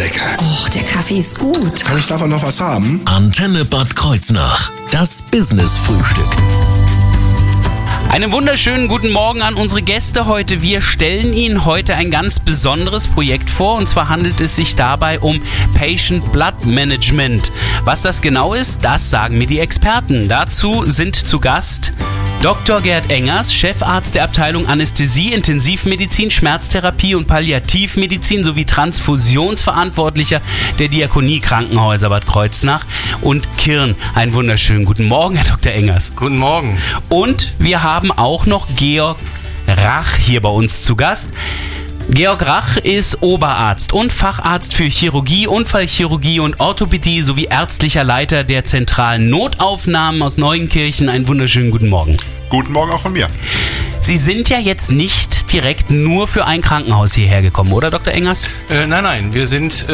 lecker. Och, der Kaffee ist gut. Kann ich davon noch was haben? Antenne Bad Kreuznach. Das Business-Frühstück. Einen wunderschönen guten Morgen an unsere Gäste heute. Wir stellen Ihnen heute ein ganz besonderes Projekt vor, und zwar handelt es sich dabei um Patient Blood Management. Was das genau ist, das sagen mir die Experten. Dazu sind zu Gast Dr. Gerd Engers, Chefarzt der Abteilung Anästhesie, Intensivmedizin, Schmerztherapie und Palliativmedizin sowie Transfusionsverantwortlicher der Diakonie Krankenhäuser Bad Kreuznach und Kirn. Einen wunderschönen guten Morgen, Herr Dr. Engers. Guten Morgen. Und wir haben auch noch Georg Rach hier bei uns zu Gast. Georg Rach ist Oberarzt und Facharzt für Chirurgie, Unfallchirurgie und Orthopädie sowie ärztlicher Leiter der zentralen Notaufnahmen aus Neuenkirchen. Einen wunderschönen guten Morgen. Guten Morgen auch von mir. Sie sind ja jetzt nicht direkt nur für ein Krankenhaus hierher gekommen, oder Dr. Engers? Nein, wir sind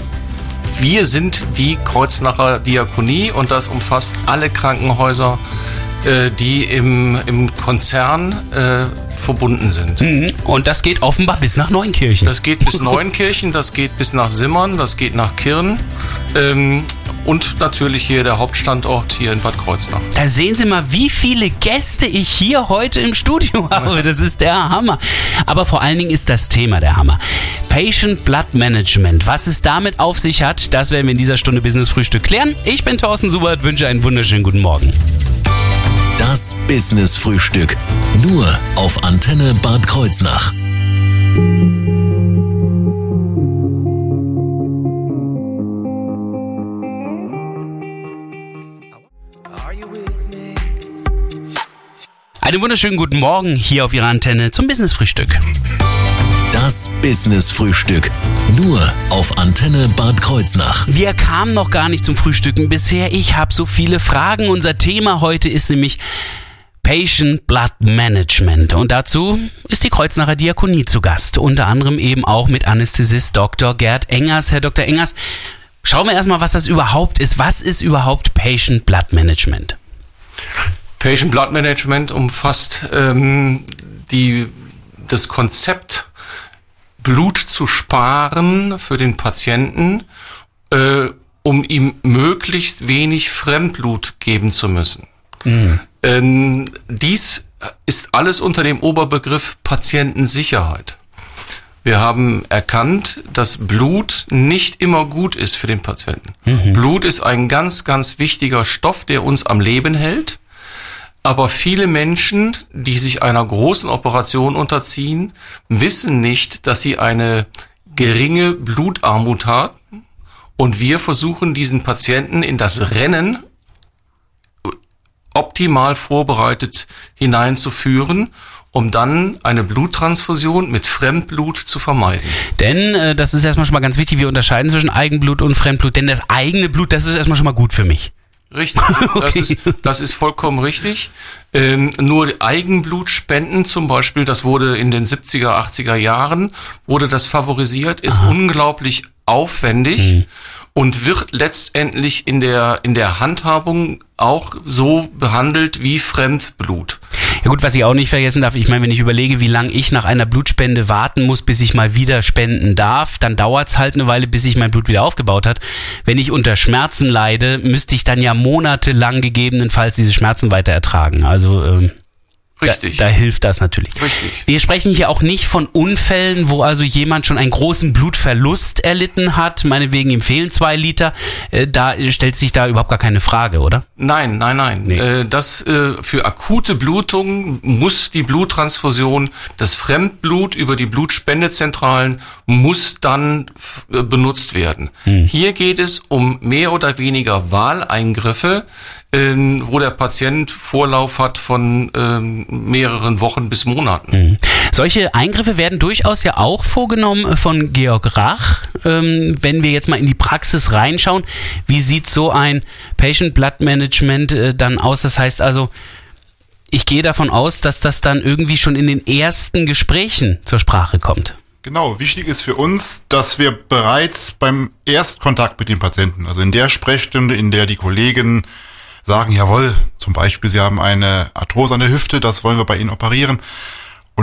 die Kreuznacher Diakonie, und das umfasst alle Krankenhäuser, die im Konzern verbunden sind. Und das geht offenbar bis nach Neuenkirchen. Das geht bis Neuenkirchen, das geht bis nach Simmern, das geht nach Kirn und natürlich hier der Hauptstandort hier in Bad Kreuznach. Da sehen Sie mal, wie viele Gäste ich hier heute im Studio habe. Das ist der Hammer. Aber vor allen Dingen ist das Thema der Hammer. Patient Blood Management. Was es damit auf sich hat, das werden wir in dieser Stunde Business Frühstück klären. Ich bin Thorsten Subert, wünsche einen wunderschönen guten Morgen. Das Business-Frühstück. Nur auf Antenne Bad Kreuznach. Einen wunderschönen guten Morgen hier auf Ihrer Antenne zum Business-Frühstück. Das Business-Frühstück. Nur auf Antenne Bad Kreuznach. Wir kamen noch gar nicht zum Frühstücken bisher. Ich habe so viele Fragen. Unser Thema heute ist nämlich Patient Blood Management. Und dazu ist die Kreuznacher Diakonie zu Gast. Unter anderem eben auch mit Anästhesist Dr. Gerd Engers. Herr Dr. Engers, schauen wir erstmal, was das überhaupt ist. Was ist überhaupt Patient Blood Management? Patient Blood Management umfasst das Konzept, Blut zu sparen für den Patienten, um ihm möglichst wenig Fremdblut geben zu müssen. Dies ist alles unter dem Oberbegriff Patientensicherheit. Wir haben erkannt, dass Blut nicht immer gut ist für den Patienten. Blut ist ein ganz, ganz wichtiger Stoff, der uns am Leben hält. Aber viele Menschen, die sich einer großen Operation unterziehen, wissen nicht, dass sie eine geringe Blutarmut haben. Und wir versuchen, diesen Patienten in das Rennen optimal vorbereitet hineinzuführen, um dann eine Bluttransfusion mit Fremdblut zu vermeiden. Denn, das ist erstmal schon mal ganz wichtig, wir unterscheiden zwischen Eigenblut und Fremdblut. Denn das eigene Blut, das ist erstmal schon mal gut für mich. Richtig, okay. Das ist vollkommen richtig. Nur Eigenblutspenden zum Beispiel, das wurde in den 70er, 80er Jahren, wurde das favorisiert, ist unglaublich aufwendig und wird letztendlich in der Handhabung auch so behandelt wie Fremdblut. Ja gut, was ich auch nicht vergessen darf, ich meine, wenn ich überlege, wie lange ich nach einer Blutspende warten muss, bis ich mal wieder spenden darf, dann dauert es halt eine Weile, bis sich mein Blut wieder aufgebaut hat. Wenn ich unter Schmerzen leide, müsste ich dann ja monatelang gegebenenfalls diese Schmerzen weiter ertragen. Also Richtig. Da hilft das natürlich. Richtig. Wir sprechen hier auch nicht von Unfällen, wo also jemand schon einen großen Blutverlust erlitten hat, meinetwegen ihm fehlen 2 Liter, da stellt sich da überhaupt gar keine Frage, oder? Nein. Nee. Für akute Blutungen muss die Bluttransfusion, das Fremdblut über die Blutspendezentralen muss dann benutzt werden. Hier geht es um mehr oder weniger Wahleingriffe, wo der Patient Vorlauf hat von mehreren Wochen bis Monaten. Solche Eingriffe werden durchaus ja auch vorgenommen von Georg Rach. Wenn wir jetzt mal in die Praxis reinschauen, wie sieht so ein Patient Blood Management dann aus? Das heißt also, ich gehe davon aus, dass das dann irgendwie schon in den ersten Gesprächen zur Sprache kommt. Genau, wichtig ist für uns, dass wir bereits beim Erstkontakt mit dem Patienten, also in der Sprechstunde, in der die Kollegen sagen, jawohl, zum Beispiel, Sie haben eine Arthrose an der Hüfte, das wollen wir bei Ihnen operieren. Und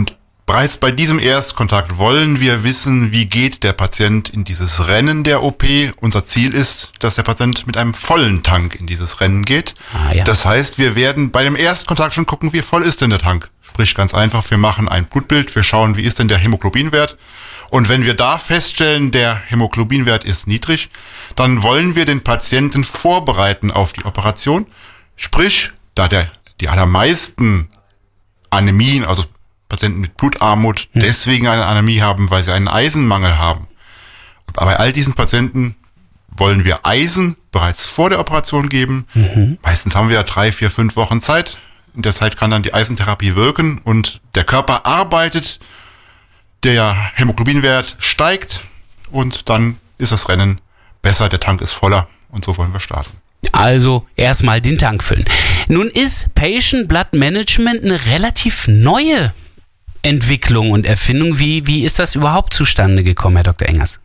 Bereits bei diesem Erstkontakt wollen wir wissen, wie geht der Patient in dieses Rennen der OP. Unser Ziel ist, dass der Patient mit einem vollen Tank in dieses Rennen geht. Ja. Das heißt, wir werden bei dem Erstkontakt schon gucken, wie voll ist denn der Tank. Sprich ganz einfach, wir machen ein Blutbild, wir schauen, wie ist denn der Hämoglobinwert. Und wenn wir da feststellen, der Hämoglobinwert ist niedrig, dann wollen wir den Patienten vorbereiten auf die Operation. Sprich, da die allermeisten Anämien, also Patienten mit Blutarmut, deswegen eine Anämie haben, weil sie einen Eisenmangel haben. Und bei all diesen Patienten wollen wir Eisen bereits vor der Operation geben. Meistens haben wir 3, 4, 5 Wochen Zeit. In der Zeit kann dann die Eisentherapie wirken und der Körper arbeitet, der Hämoglobinwert steigt und dann ist das Rennen besser, der Tank ist voller und so wollen wir starten. Also erstmal den Tank füllen. Nun ist Patient Blood Management eine relativ neue Entwicklung und Erfindung. Wie ist das überhaupt zustande gekommen, Herr Dr. Engers?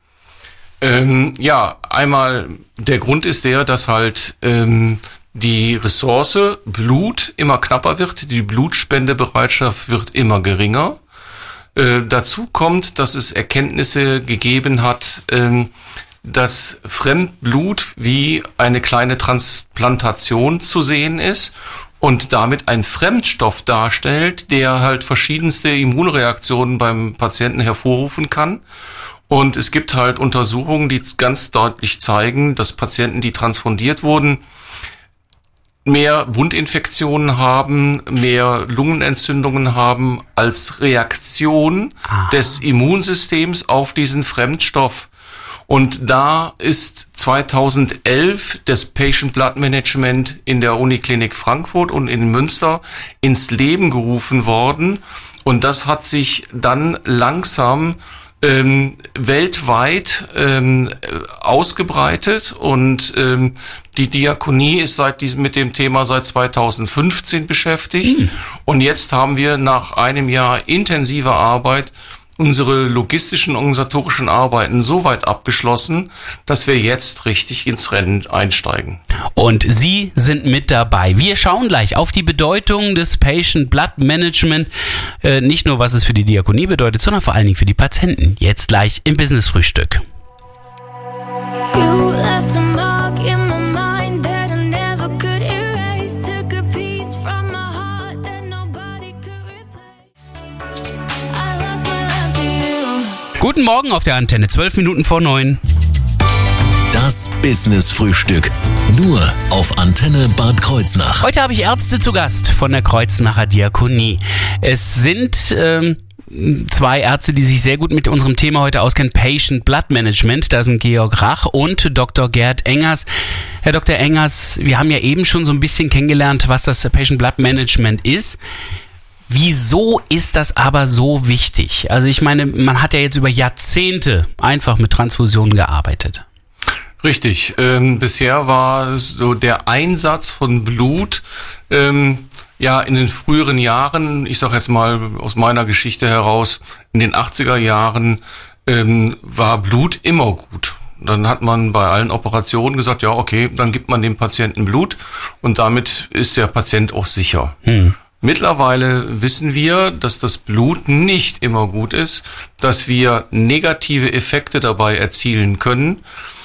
Einmal der Grund ist der, dass halt die Ressource Blut immer knapper wird, die Blutspendebereitschaft wird immer geringer. Dazu kommt, dass es Erkenntnisse gegeben hat, dass Fremdblut wie eine kleine Transplantation zu sehen ist und damit ein Fremdstoff darstellt, der halt verschiedenste Immunreaktionen beim Patienten hervorrufen kann. Und es gibt halt Untersuchungen, die ganz deutlich zeigen, dass Patienten, die transfundiert wurden, mehr Wundinfektionen haben, mehr Lungenentzündungen haben als Reaktion des Immunsystems auf diesen Fremdstoff. Und da ist 2011 das Patient Blood Management in der Uniklinik Frankfurt und in Münster ins Leben gerufen worden. Und das hat sich dann langsam weltweit ausgebreitet und die Diakonie ist mit dem Thema seit 2015 beschäftigt. Und jetzt haben wir nach einem Jahr intensiver Arbeit unsere logistischen, organisatorischen Arbeiten so weit abgeschlossen, dass wir jetzt richtig ins Rennen einsteigen. Und Sie sind mit dabei. Wir schauen gleich auf die Bedeutung des Patient Blood Management. Nicht nur, was es für die Diakonie bedeutet, sondern vor allen Dingen für die Patienten. Jetzt gleich im Business-Frühstück. You left a mark in my mind that I never could erase. Took a piece from my heart that nobody could replace. I lost my love to you. Guten Morgen auf der Antenne, 12 Minuten vor 9. Das Business-Frühstück. Nur auf Antenne Bad Kreuznach. Heute habe ich Ärzte zu Gast von der Kreuznacher Diakonie. Es sind zwei Ärzte, die sich sehr gut mit unserem Thema heute auskennen. Patient Blood Management. Da sind Georg Rach und Dr. Gerd Engers. Herr Dr. Engers, wir haben ja eben schon so ein bisschen kennengelernt, was das Patient Blood Management ist. Wieso ist das aber so wichtig? Also ich meine, man hat ja jetzt über Jahrzehnte einfach mit Transfusionen gearbeitet. Richtig. Bisher war so der Einsatz von Blut in den früheren Jahren, ich sage jetzt mal aus meiner Geschichte heraus, in den 80er Jahren war Blut immer gut. Dann hat man bei allen Operationen gesagt, ja okay, dann gibt man dem Patienten Blut und damit ist der Patient auch sicher. Mittlerweile wissen wir, dass das Blut nicht immer gut ist, dass wir negative Effekte dabei erzielen können,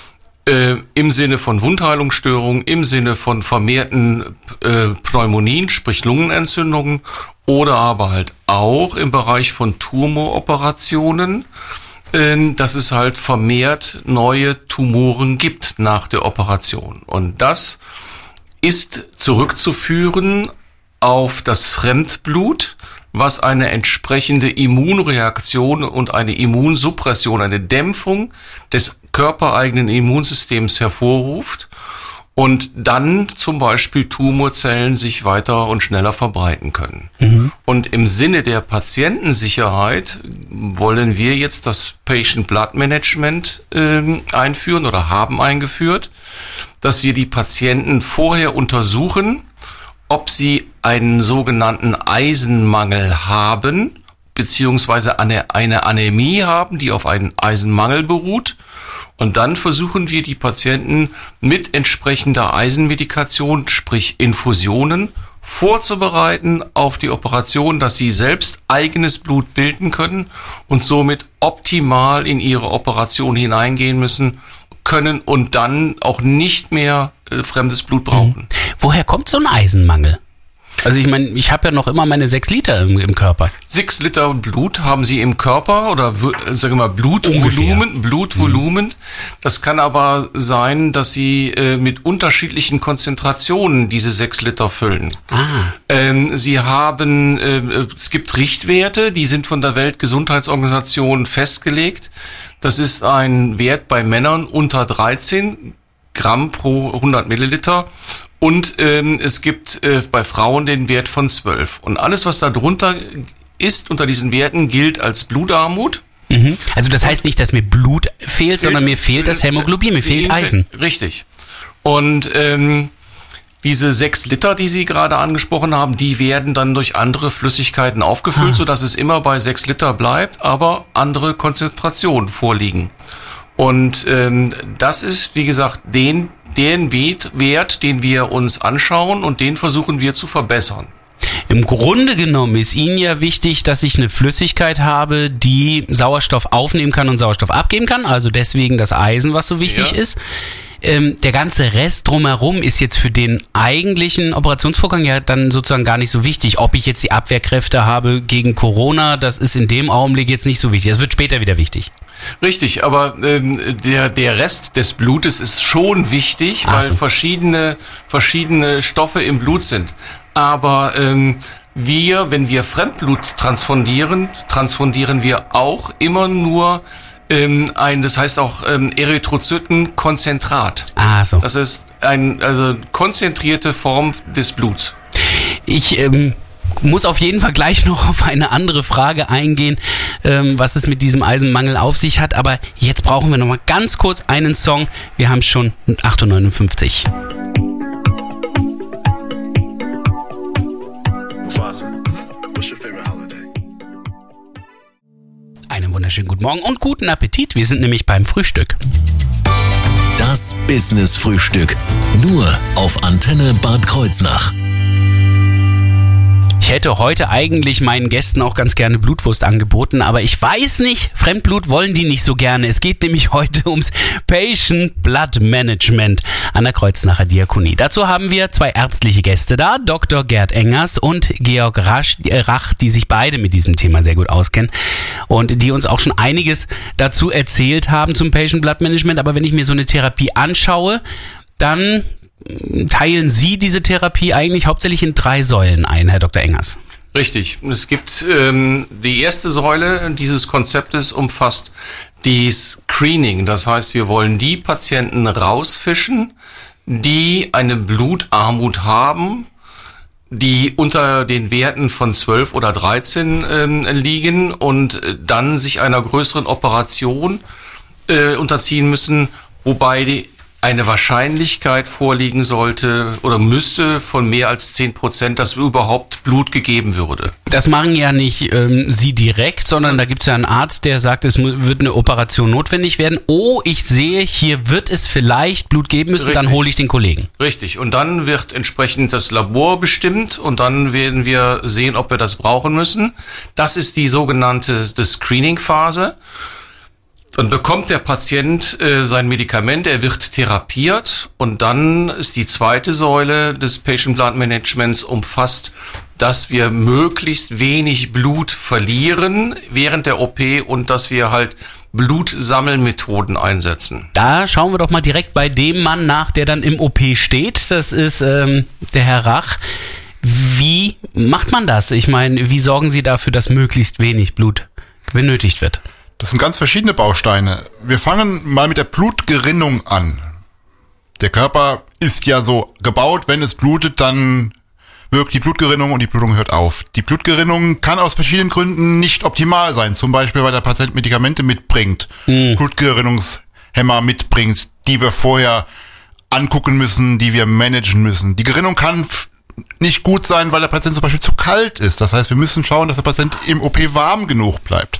im Sinne von Wundheilungsstörungen, im Sinne von vermehrten Pneumonien, sprich Lungenentzündungen oder aber halt auch im Bereich von Tumoroperationen, dass es halt vermehrt neue Tumoren gibt nach der Operation. Und das ist zurückzuführen auf das Fremdblut, was eine entsprechende Immunreaktion und eine Immunsuppression, eine Dämpfung des körpereigenen Immunsystems hervorruft und dann zum Beispiel Tumorzellen sich weiter und schneller verbreiten können. Und im Sinne der Patientensicherheit wollen wir jetzt das Patient Blood Management einführen oder haben eingeführt, dass wir die Patienten vorher untersuchen, ob sie einen sogenannten Eisenmangel haben, beziehungsweise eine Anämie haben, die auf einen Eisenmangel beruht. Und dann versuchen wir die Patienten mit entsprechender Eisenmedikation, sprich Infusionen, vorzubereiten auf die Operation, dass sie selbst eigenes Blut bilden können und somit optimal in ihre Operation hineingehen können und dann auch nicht mehr fremdes Blut brauchen. Woher kommt so ein Eisenmangel? Also ich meine, ich habe ja noch immer meine 6 Liter im Körper. 6 Liter Blut haben Sie im Körper oder sagen wir mal Blutvolumen. Das kann aber sein, dass Sie mit unterschiedlichen Konzentrationen diese 6 Liter füllen. Sie haben, es gibt Richtwerte, die sind von der Weltgesundheitsorganisation festgelegt. Das ist ein Wert bei Männern unter 13 Gramm pro 100 Milliliter. Und es gibt bei Frauen den Wert von 12. Und alles, was da drunter ist, unter diesen Werten, gilt als Blutarmut. Also das heißt nicht, dass mir Blut fehlt, sondern mir fehlt das Hämoglobin, mir fehlt Eisen. Richtig. Und diese 6 Liter, die Sie gerade angesprochen haben, die werden dann durch andere Flüssigkeiten aufgefüllt, sodass es immer bei 6 Liter bleibt, aber andere Konzentrationen vorliegen. Und das ist, wie gesagt, den Wert, den wir uns anschauen und den versuchen wir zu verbessern. Im Grunde genommen ist Ihnen ja wichtig, dass ich eine Flüssigkeit habe, die Sauerstoff aufnehmen kann und Sauerstoff abgeben kann, also deswegen das Eisen, was so wichtig ist. Der ganze Rest drumherum ist jetzt für den eigentlichen Operationsvorgang ja dann sozusagen gar nicht so wichtig. Ob ich jetzt die Abwehrkräfte habe gegen Corona, das ist in dem Augenblick jetzt nicht so wichtig. Das wird später wieder wichtig. Richtig, aber der Rest des Blutes ist schon wichtig, weil verschiedene Stoffe im Blut sind. Aber wenn wir Fremdblut transfundieren wir auch immer nur das heißt auch Erythrozytenkonzentrat. So. Das ist eine konzentrierte Form des Bluts. Ich muss auf jeden Fall gleich noch auf eine andere Frage eingehen, was es mit diesem Eisenmangel auf sich hat. Aber jetzt brauchen wir noch mal ganz kurz einen Song. Wir haben schon 8:59 Uhr. Einen wunderschönen guten Morgen und guten Appetit. Wir sind nämlich beim Frühstück. Das Business-Frühstück. Nur auf Antenne Bad Kreuznach. Ich hätte heute eigentlich meinen Gästen auch ganz gerne Blutwurst angeboten, aber ich weiß nicht, Fremdblut wollen die nicht so gerne. Es geht nämlich heute ums Patient Blood Management an der Kreuznacher Diakonie. Dazu haben wir 2 ärztliche Gäste da, Dr. Gerd Engers und Georg Rach, die sich beide mit diesem Thema sehr gut auskennen und die uns auch schon einiges dazu erzählt haben zum Patient Blood Management. Aber wenn ich mir so eine Therapie anschaue, dann teilen Sie diese Therapie eigentlich hauptsächlich in 3 Säulen ein, Herr Dr. Engers. Richtig. Es gibt die erste Säule dieses Konzeptes umfasst die Screening. Das heißt, wir wollen die Patienten rausfischen, die eine Blutarmut haben, die unter den Werten von 12 oder 13 liegen und dann sich einer größeren Operation unterziehen müssen, wobei eine Wahrscheinlichkeit vorliegen sollte oder müsste von mehr als 10%, dass überhaupt Blut gegeben würde. Das machen ja nicht Sie direkt, sondern da gibt es ja einen Arzt, der sagt, es wird eine Operation notwendig werden. Oh, ich sehe, hier wird es vielleicht Blut geben müssen, Richtig. Dann hole ich den Kollegen. Richtig, und dann wird entsprechend das Labor bestimmt und dann werden wir sehen, ob wir das brauchen müssen. Das ist die sogenannte Screening-Phase. Dann bekommt der Patient sein Medikament, er wird therapiert und dann ist die zweite Säule des Patient Blood Managements umfasst, dass wir möglichst wenig Blut verlieren während der OP und dass wir halt Blutsammelmethoden einsetzen. Da schauen wir doch mal direkt bei dem Mann nach, der dann im OP steht. Das ist der Herr Rach. Wie macht man das? Ich meine, wie sorgen Sie dafür, dass möglichst wenig Blut benötigt wird? Das sind ganz verschiedene Bausteine. Wir fangen mal mit der Blutgerinnung an. Der Körper ist ja so gebaut, wenn es blutet, dann wirkt die Blutgerinnung und die Blutung hört auf. Die Blutgerinnung kann aus verschiedenen Gründen nicht optimal sein. Zum Beispiel, weil der Patient Medikamente mitbringt, Blutgerinnungshemmer mitbringt, die wir vorher angucken müssen, die wir managen müssen. Die Gerinnung kann nicht gut sein, weil der Patient zum Beispiel zu kalt ist. Das heißt, wir müssen schauen, dass der Patient im OP warm genug bleibt.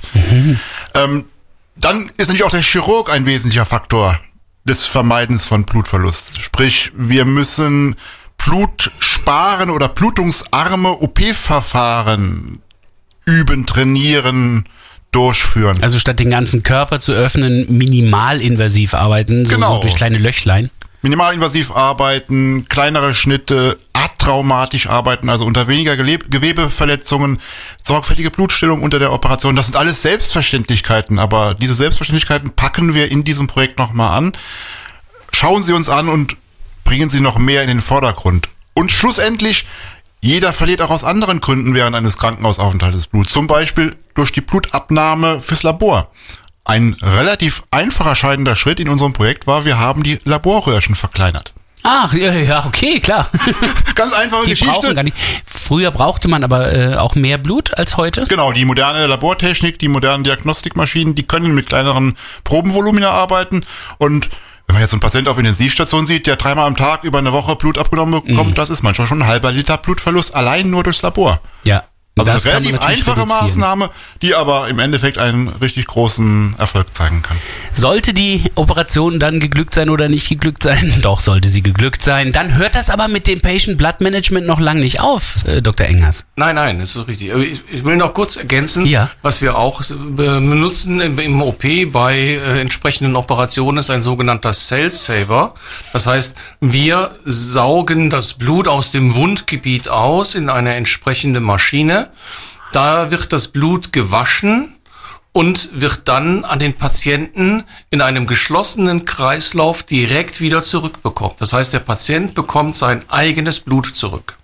Dann ist natürlich auch der Chirurg ein wesentlicher Faktor des Vermeidens von Blutverlust. Sprich, wir müssen blutsparen oder blutungsarme OP-Verfahren üben, trainieren, durchführen. Also statt den ganzen Körper zu öffnen, minimalinvasiv arbeiten, so durch kleine Löchlein. Minimalinvasiv arbeiten, kleinere Schnitte, atraumatisch arbeiten, also unter weniger Gewebeverletzungen, sorgfältige Blutstillung unter der Operation. Das sind alles Selbstverständlichkeiten, aber diese Selbstverständlichkeiten packen wir in diesem Projekt nochmal an. Schauen Sie uns an und bringen Sie noch mehr in den Vordergrund. Und schlussendlich, jeder verliert auch aus anderen Gründen während eines Krankenhausaufenthaltes Blut. Zum Beispiel durch die Blutabnahme fürs Labor. Ein relativ einfacher scheidender Schritt in unserem Projekt war, wir haben die Laborröhrchen verkleinert. Ach, ja, okay, klar. Ganz einfache Geschichte. Brauchen gar nicht. Früher brauchte man aber auch mehr Blut als heute. Genau, die moderne Labortechnik, die modernen Diagnostikmaschinen, die können mit kleineren Probenvolumina arbeiten. Und wenn man jetzt so einen Patient auf Intensivstation sieht, der 3-mal am Tag über eine Woche Blut abgenommen bekommt, das ist manchmal schon ein halber Liter Blutverlust allein nur durchs Labor. Ja. Also Das eine kann man relativ natürlich einfache reduzieren. Maßnahme, die aber im Endeffekt einen richtig großen Erfolg zeigen kann. Sollte die Operation dann geglückt sein oder nicht geglückt sein? Doch, sollte sie geglückt sein. Dann hört das aber mit dem Patient Blood Management noch lang nicht auf, Dr. Engers. Nein, das ist richtig. Aber ich will noch kurz ergänzen, Ja. was wir auch benutzen im OP bei entsprechenden Operationen ist ein sogenannter Cell Saver. Das heißt, wir saugen das Blut aus dem Wundgebiet aus in eine entsprechende Maschine. Da wird das Blut gewaschen und wird dann an den Patienten in einem geschlossenen Kreislauf direkt wieder zurückbekommen. Das heißt, der Patient bekommt sein eigenes Blut zurück.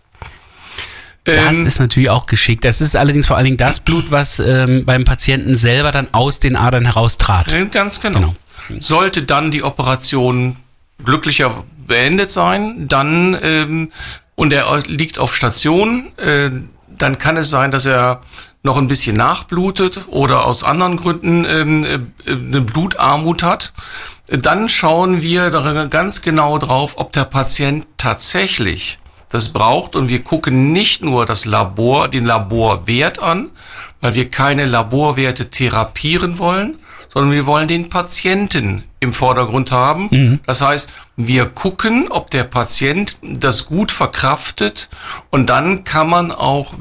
Das ist natürlich auch geschickt. Das ist allerdings vor allen Dingen das Blut, was beim Patienten selber dann aus den Adern heraustrat. Ganz genau. Sollte dann die Operation glücklicher beendet sein, dann und er liegt auf Station, dann kann es sein, dass er noch ein bisschen nachblutet oder aus anderen Gründen eine Blutarmut hat. Dann schauen wir da ganz genau drauf, ob der Patient tatsächlich das braucht, und wir gucken nicht nur den Laborwert an, weil wir keine Laborwerte therapieren wollen, sondern wir wollen den Patienten im Vordergrund haben. Das heißt, wir gucken, ob der Patient das gut verkraftet, und dann kann man auch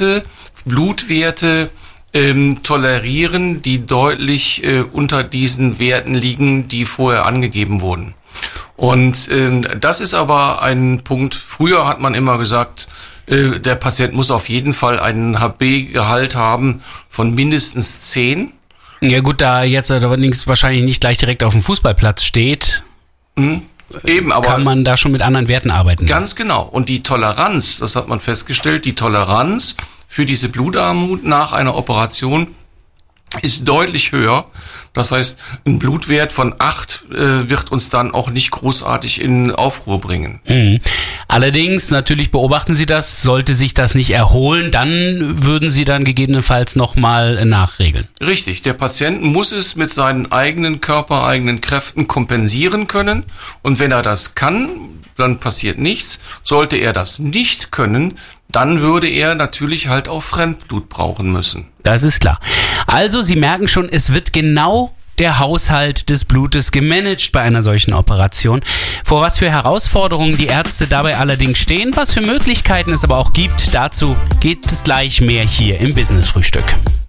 Blutwerte tolerieren, die deutlich unter diesen Werten liegen, die vorher angegeben wurden. Und das ist aber ein Punkt. Früher hat man immer gesagt, der Patient muss auf jeden Fall einen HB-Gehalt haben von mindestens 10. Ja gut, da jetzt allerdings wahrscheinlich nicht gleich direkt auf dem Fußballplatz steht, Eben, aber kann man da schon mit anderen Werten arbeiten. ganz genau. Und die Toleranz, das hat man festgestellt, die Toleranz für diese Blutarmut nach einer Operation ist deutlich höher. Das heißt, ein Blutwert von 8 wird uns dann auch nicht großartig in Aufruhr bringen. Allerdings, natürlich beobachten Sie das, sollte sich das nicht erholen, dann würden Sie dann gegebenenfalls nochmal nachregeln. Richtig, der Patient muss es mit seinen eigenen körpereigenen Kräften kompensieren können. Und wenn er das kann, dann passiert nichts. Sollte er das nicht können, dann würde er natürlich halt auch Fremdblut brauchen müssen. Das ist klar. Also, Sie merken schon, es wird genau der Haushalt des Blutes gemanagt bei einer solchen Operation. Vor was für Herausforderungen die Ärzte dabei allerdings stehen, was für Möglichkeiten es aber auch gibt, dazu geht es gleich mehr hier im Business-Frühstück.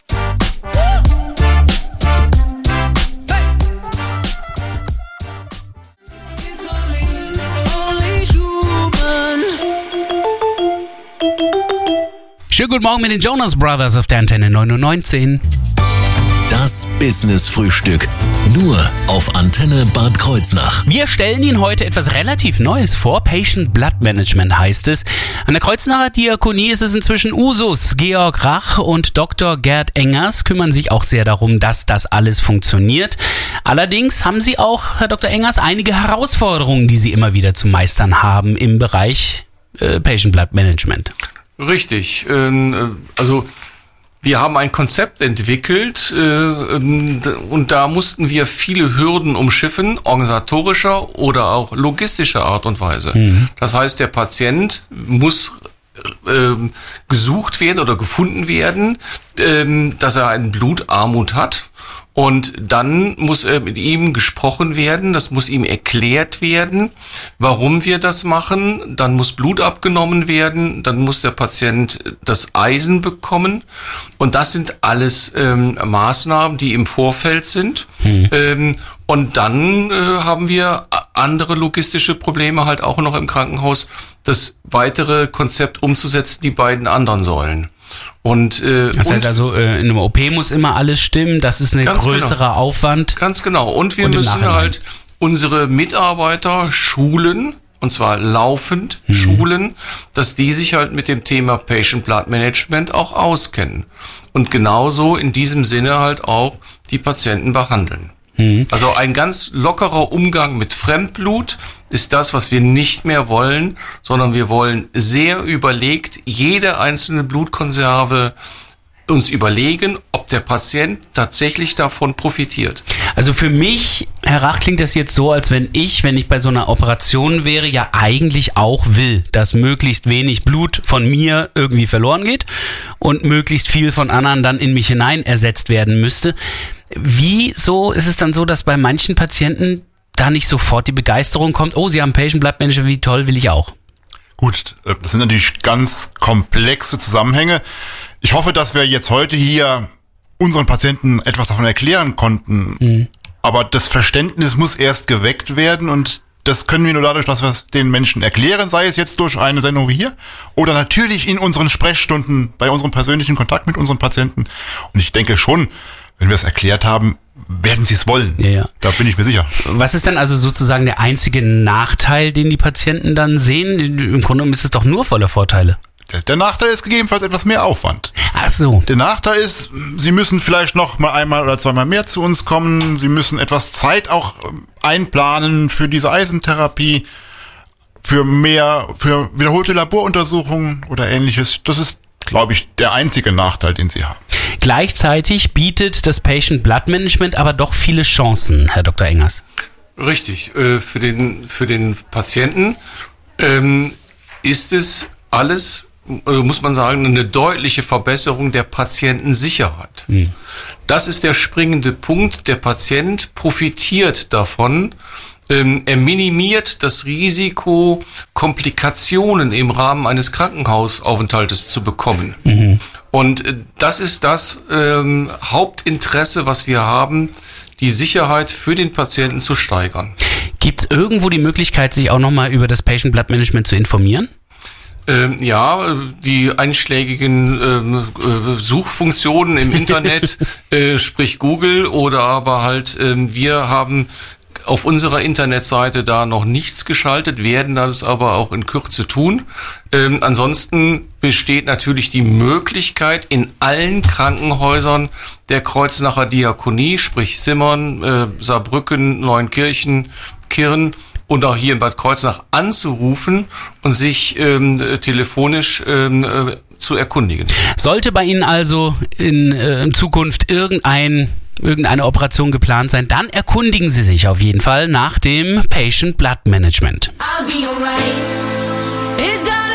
Schönen guten Morgen mit den Jonas Brothers auf der Antenne 919. Das Business-Frühstück. Nur auf Antenne Bad Kreuznach. Wir stellen Ihnen heute etwas relativ Neues vor. Patient Blood Management heißt es. An der Kreuznacher Diakonie ist es inzwischen Usus. Georg Rach und Dr. Gerd Engers kümmern sich auch sehr darum, dass das alles funktioniert. Allerdings haben Sie auch, Herr Dr. Engers, einige Herausforderungen, die Sie immer wieder zu meistern haben im Bereich Patient Blood Management. Richtig. Also wir haben ein Konzept entwickelt und da mussten wir viele Hürden umschiffen, organisatorischer oder auch logistischer Art und Weise. Das heißt, der Patient muss gesucht werden oder gefunden werden, dass er eine Blutarmut hat. Und dann muss mit ihm gesprochen werden, das muss ihm erklärt werden, warum wir das machen. Dann muss Blut abgenommen werden, dann muss der Patient das Eisen bekommen. Und das sind alles Maßnahmen, die im Vorfeld sind. Und dann haben wir andere logistische Probleme halt auch noch im Krankenhaus, das weitere Konzept umzusetzen, die beiden anderen Säulen. Und, das heißt also, in einem OP muss immer alles stimmen, das ist ein größerer Aufwand. Ganz genau. Und wir müssen halt unsere Mitarbeiter schulen, und zwar laufend schulen, dass die sich halt mit dem Thema Patient Blood Management auch auskennen. Und genauso in diesem Sinne halt auch die Patienten behandeln. Also ein ganz lockerer Umgang mit Fremdblut ist das, was wir nicht mehr wollen, sondern wir wollen sehr überlegt jede einzelne Blutkonserve uns überlegen, ob der Patient tatsächlich davon profitiert. Also für mich, Herr Rach, klingt das jetzt so, als wenn ich bei so einer Operation wäre, ja eigentlich auch will, dass möglichst wenig Blut von mir irgendwie verloren geht und möglichst viel von anderen dann in mich hinein ersetzt werden müsste. Wieso ist es dann so, dass bei manchen Patienten da nicht sofort die Begeisterung kommt, oh, Sie haben Patient Blood Management, wie toll, will ich auch? Gut, das sind natürlich ganz komplexe Zusammenhänge. Ich hoffe, dass wir jetzt heute hier unseren Patienten etwas davon erklären konnten. Aber das Verständnis muss erst geweckt werden und das können wir nur dadurch, dass wir es den Menschen erklären, sei es jetzt durch eine Sendung wie hier oder natürlich in unseren Sprechstunden bei unserem persönlichen Kontakt mit unseren Patienten. Und ich denke schon, wenn wir es erklärt haben, werden sie es wollen. Ja. Da bin ich mir sicher. Was ist dann also sozusagen der einzige Nachteil, den die Patienten dann sehen? Im Grunde genommen ist es doch nur voller Vorteile. Der Nachteil ist gegebenenfalls etwas mehr Aufwand. Ach so. Der Nachteil ist, sie müssen vielleicht noch mal einmal oder zweimal mehr zu uns kommen. Sie müssen etwas Zeit auch einplanen für diese Eisentherapie, für wiederholte Laboruntersuchungen oder Ähnliches. Das ist, glaube ich, der einzige Nachteil, den sie haben. Gleichzeitig bietet das Patient Blood Management aber doch viele Chancen, Herr Dr. Engers. Richtig. Für den Patienten ist es alles, muss man sagen, eine deutliche Verbesserung der Patientensicherheit. Das ist der springende Punkt. Der Patient profitiert davon. Er minimiert das Risiko, Komplikationen im Rahmen eines Krankenhausaufenthaltes zu bekommen. Und das ist das Hauptinteresse, was wir haben, die Sicherheit für den Patienten zu steigern. Gibt es irgendwo die Möglichkeit, sich auch nochmal über das Patient Blood Management zu informieren? Ja, die einschlägigen Suchfunktionen im Internet, sprich Google oder aber halt wir haben auf unserer Internetseite da noch nichts geschaltet, werden das aber auch in Kürze tun. Ansonsten besteht natürlich die Möglichkeit in allen Krankenhäusern der Kreuznacher Diakonie, sprich Simmern, Saarbrücken, Neunkirchen, Kirn und auch hier in Bad Kreuznach anzurufen und sich telefonisch zu erkundigen. Sollte bei Ihnen also in Zukunft irgendeine Operation geplant sein, dann erkundigen Sie sich auf jeden Fall nach dem Patient Blood Management. I'll be alright. It's got